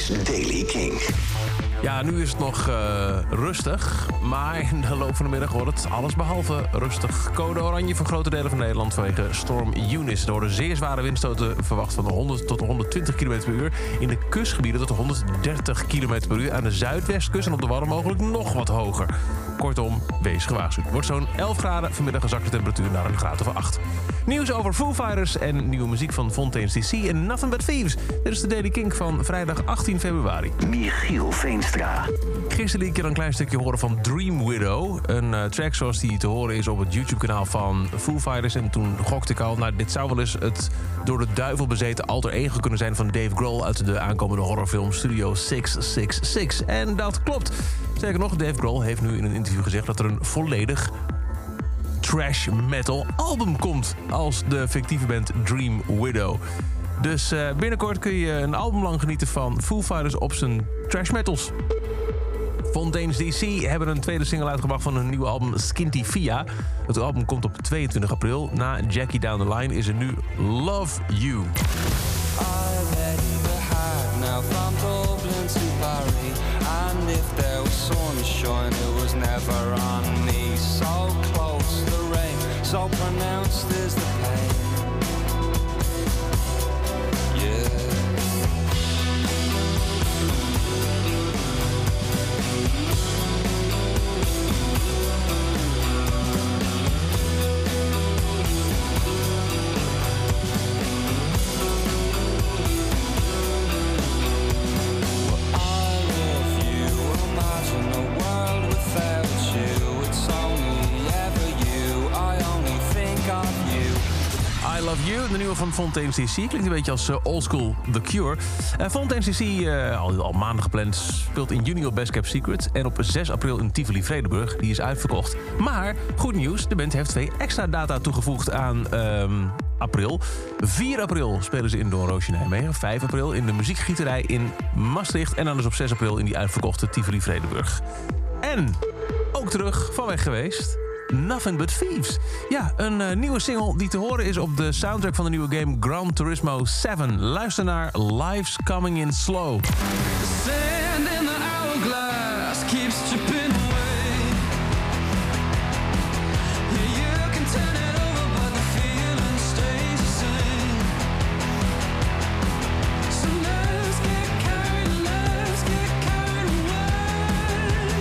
is Daily King. Ja, nu is het nog rustig, maar in de loop van de middag wordt het allesbehalve rustig. Code oranje voor grote delen van Nederland vanwege storm Eunice. Er worden zeer zware windstoten verwacht van 100 tot 120 km per uur. In de kustgebieden tot 130 km per uur. Aan de zuidwestkust en op de Wadden mogelijk nog wat hoger. Kortom, wees gewaarschuwd. Wordt zo'n 11 graden, vanmiddag zakt de temperatuur naar een graad of 8. Nieuws over Foo Fighters en nieuwe muziek van Fontaine's DC en Nothing But Thieves. Dit is de Daily King van vrijdag 18 februari. Michiel Veenstra. Gisteren liet ik je een klein stukje horen van Dream Widow. Een track zoals die te horen is op het YouTube-kanaal van Foo Fighters. En toen gokte ik al, nou, dit zou wel eens het door de duivel bezeten alter ego kunnen zijn van Dave Grohl uit de aankomende horrorfilm Studio 666. En dat klopt. Sterker nog, Dave Grohl heeft nu in een interview gezegd dat er een volledig trash metal album komt als de fictieve band Dream Widow. Dus binnenkort kun je een album lang genieten van Foo Fighters op zijn trash metals. Fontaine's DC hebben een tweede single uitgebracht van hun nieuwe album Skinty Via. Het album komt op 22 april. Na Jackie Down the Line is er nu Love You. And if there was sunshine, it was never on me. So close, the rain, so pronounced is the pain. Yeah. Love You, de nieuwe van Fontaine's DC. Klinkt een beetje als oldschool The Cure. Fontaine's DC, al maanden gepland, speelt in juni op Best Kept Secret. En op 6 april in Tivoli Vredenburg. Die is uitverkocht. Maar, goed nieuws, de band heeft 2 extra data toegevoegd aan april. 4 april spelen ze in Doornroosje Nijmegen. 5 april in de Muziekgieterij in Maastricht. En dan dus op 6 april in die uitverkochte Tivoli Vredenburg. En ook terug van weg geweest, Nothing But Thieves. Ja, een nieuwe single die te horen is op de soundtrack van de nieuwe game Gran Turismo 7. Luister naar Life's Coming In Slow. Sand in the hourglass keeps chipping away. Yeah, you can turn it over, but the feeling stays the same. So let's get carried away.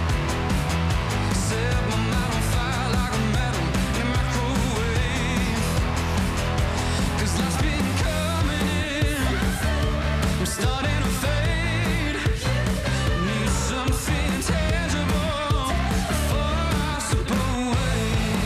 Set my mind on fire like a metal in microwave. 'Cause life's been coming in. I'm starting to fade. Need something tangible before I slip away.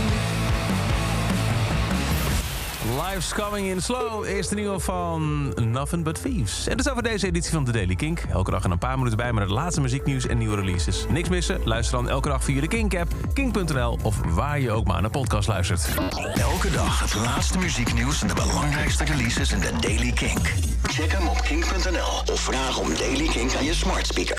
Life's Coming In Slow is de nieuwe van Nothing But Thieves. En dat is over deze editie van de Daily Kink. Elke dag een paar minuten bij met het laatste muzieknieuws en nieuwe releases. Niks missen? Luister dan elke dag via de Kink-app, kink.nl of waar je ook maar naar podcast luistert. Elke dag het laatste muzieknieuws en de belangrijkste releases in de Daily Kink. Check hem op kink.nl of vraag om Daily Kink aan je smart speaker.